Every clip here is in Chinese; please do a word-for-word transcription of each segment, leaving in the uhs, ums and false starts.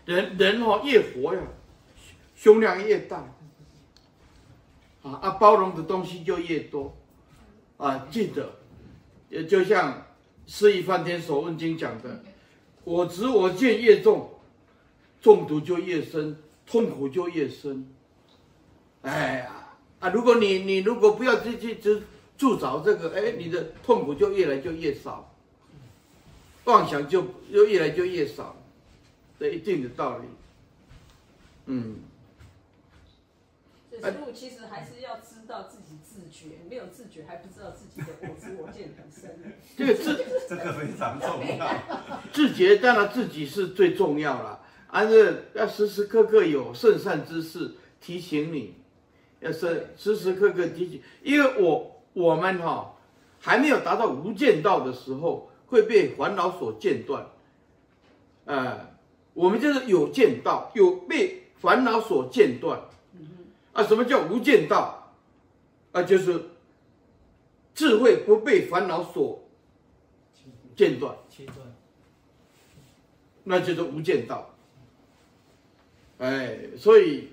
人人哦越活呀，胸量越大，啊啊，包容的东西就越多，啊，记得，也就像《释义梵天所问经》讲的，我执我见越重，中毒就越深，痛苦就越深。哎呀，啊，如果你你如果不要去去去助找这个，哎，你的痛苦就越来就越少，妄想就就越来就越少。的一定的道理，嗯， 所以师父其实还是要知道自己自觉，没有自觉还不知道自己的我执我见很深。 这个自这个非常重要。 自觉当然自己是最重要了，而是要时时刻刻有圣善之事提醒你，要是时时刻刻提醒，因为我我们哈、哦、还没有达到无间道的时候，会被烦恼所间断，呃。我们就是有间道，有被烦恼所间断，啊，什么叫无间道？啊，就是智慧不被烦恼所间断， 切断， 那就是无间道。哎，所以，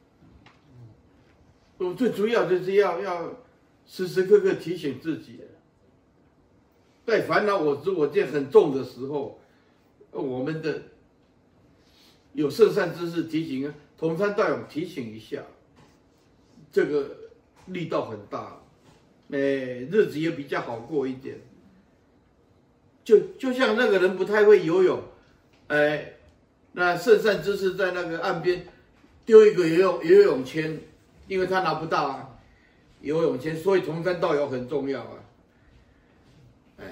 我最主要就是要要时时刻刻提醒自己，在烦恼我执我见很重的时候，我们的。有圣善之事提醒啊，同参道友提醒一下，这个力道很大，哎，日子也比较好过一点。就就像那个人不太会游泳，哎，那圣善之士在那个岸边丢一个游泳游泳圈，因为他拿不到啊，游泳圈，所以同参道友很重要啊，哎，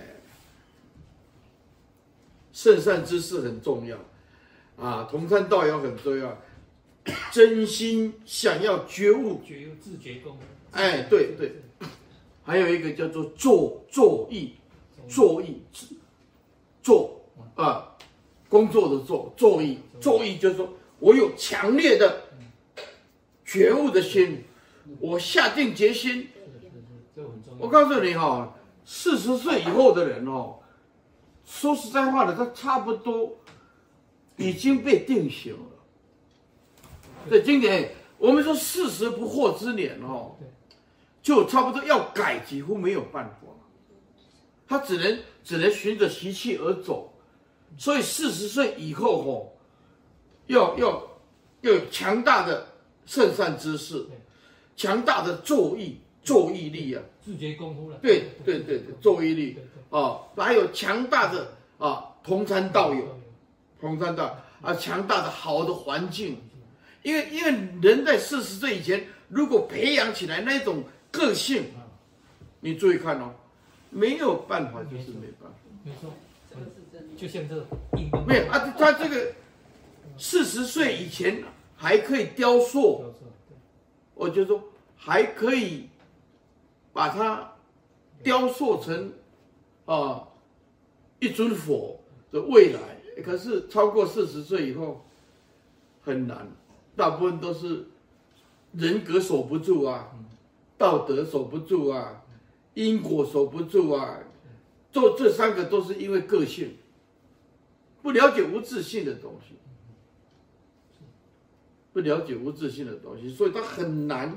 圣善之事很重要。啊，同参道友很重要，真心想要觉悟， 觉悟自觉功。 哎，对对，还有一个叫做作作意，作意做啊，工作的作，作意，作意就是说我有强烈的觉悟的心，我下定决心。我告诉你哈、哦，四十岁以后的人哦，说实在话的，他差不多。已经被定型了。对，经典我们说四十不惑之年哦，就差不多要改，几乎没有办法，他只能只能循着习气而走。所以四十岁以后哦，要要要有强大的圣善知识，强大的作意作意力啊， 自觉功夫了。 对对对对，作意力啊，还有强大的啊同参道友。同参道啊，强大的好的环境，因为因为人在四十岁以前，如果培养起来那种个性，你注意看哦，没有办法，就是没办法。 没错，就像这运动， 没有啊，他这个四十岁以前还可以雕塑，我就说还可以把它雕塑成啊一尊佛的未来。可是超过四十岁以后很难，大部分都是人格守不住啊，道德守不住啊，因果守不住啊，做这三个都是因为个性，不了解无自信的东西，不了解无自信的东西，所以他很难。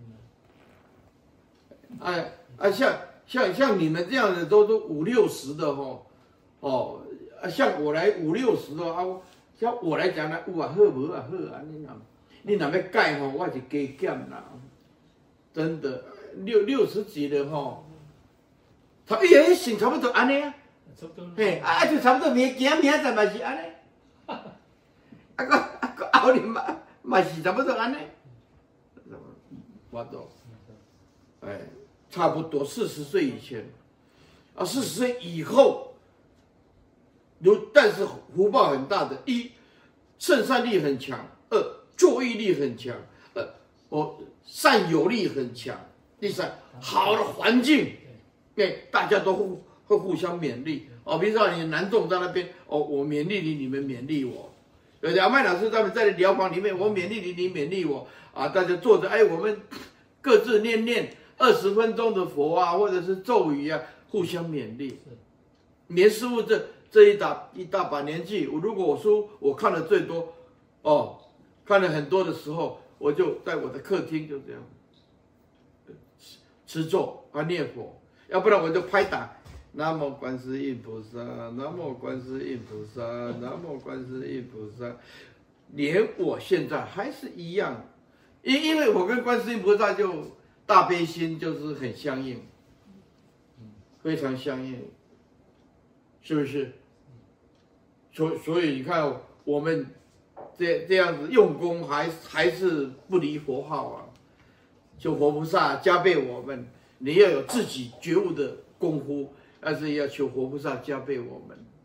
哎啊，像像像你们这样的都都五六十的吼，哦。啊，像我来五六十的啊，像我来讲呢，有啊好无啊好啊，你若你若要改吼，我是加减啦，真的六六十几的吼，他伊个性差不多安尼啊，嘿啊就差不多明今明仔嘛是安尼，啊个啊个后日嘛嘛是差不多安尼，我都，哎，差不多四十岁以前，啊四十岁以后。有，但是福报很大的，一胜善力很强，二作意力很强，呃，我善有力很强。第三，好的环境，对，大家都互会互相勉励哦。比如说你南众在那边，哦，我勉励你，你们勉励我。对，梁麦老师他们在疗房里面，我勉励你，你勉励我啊。大家坐着，哎，我们各自念念二十分钟的佛啊，或者是咒语啊，互相勉励。连师父这。这一大一大把年纪，我如果我书我看的最多， 哦，看了很多的时候，我就在我的客厅就这样持持咒啊念佛，要不然我就拍打。南无观世音菩萨，南无观世音菩萨，南无观世音菩萨。连我现在还是一样，因因为我跟观世音菩萨就大悲心就是很相应，非常相应，是不是？所所以你看我们这这样子用功还还是不离佛号啊，求佛菩萨加倍我们，你要有自己觉悟的功夫。但是要求佛菩萨加倍我们。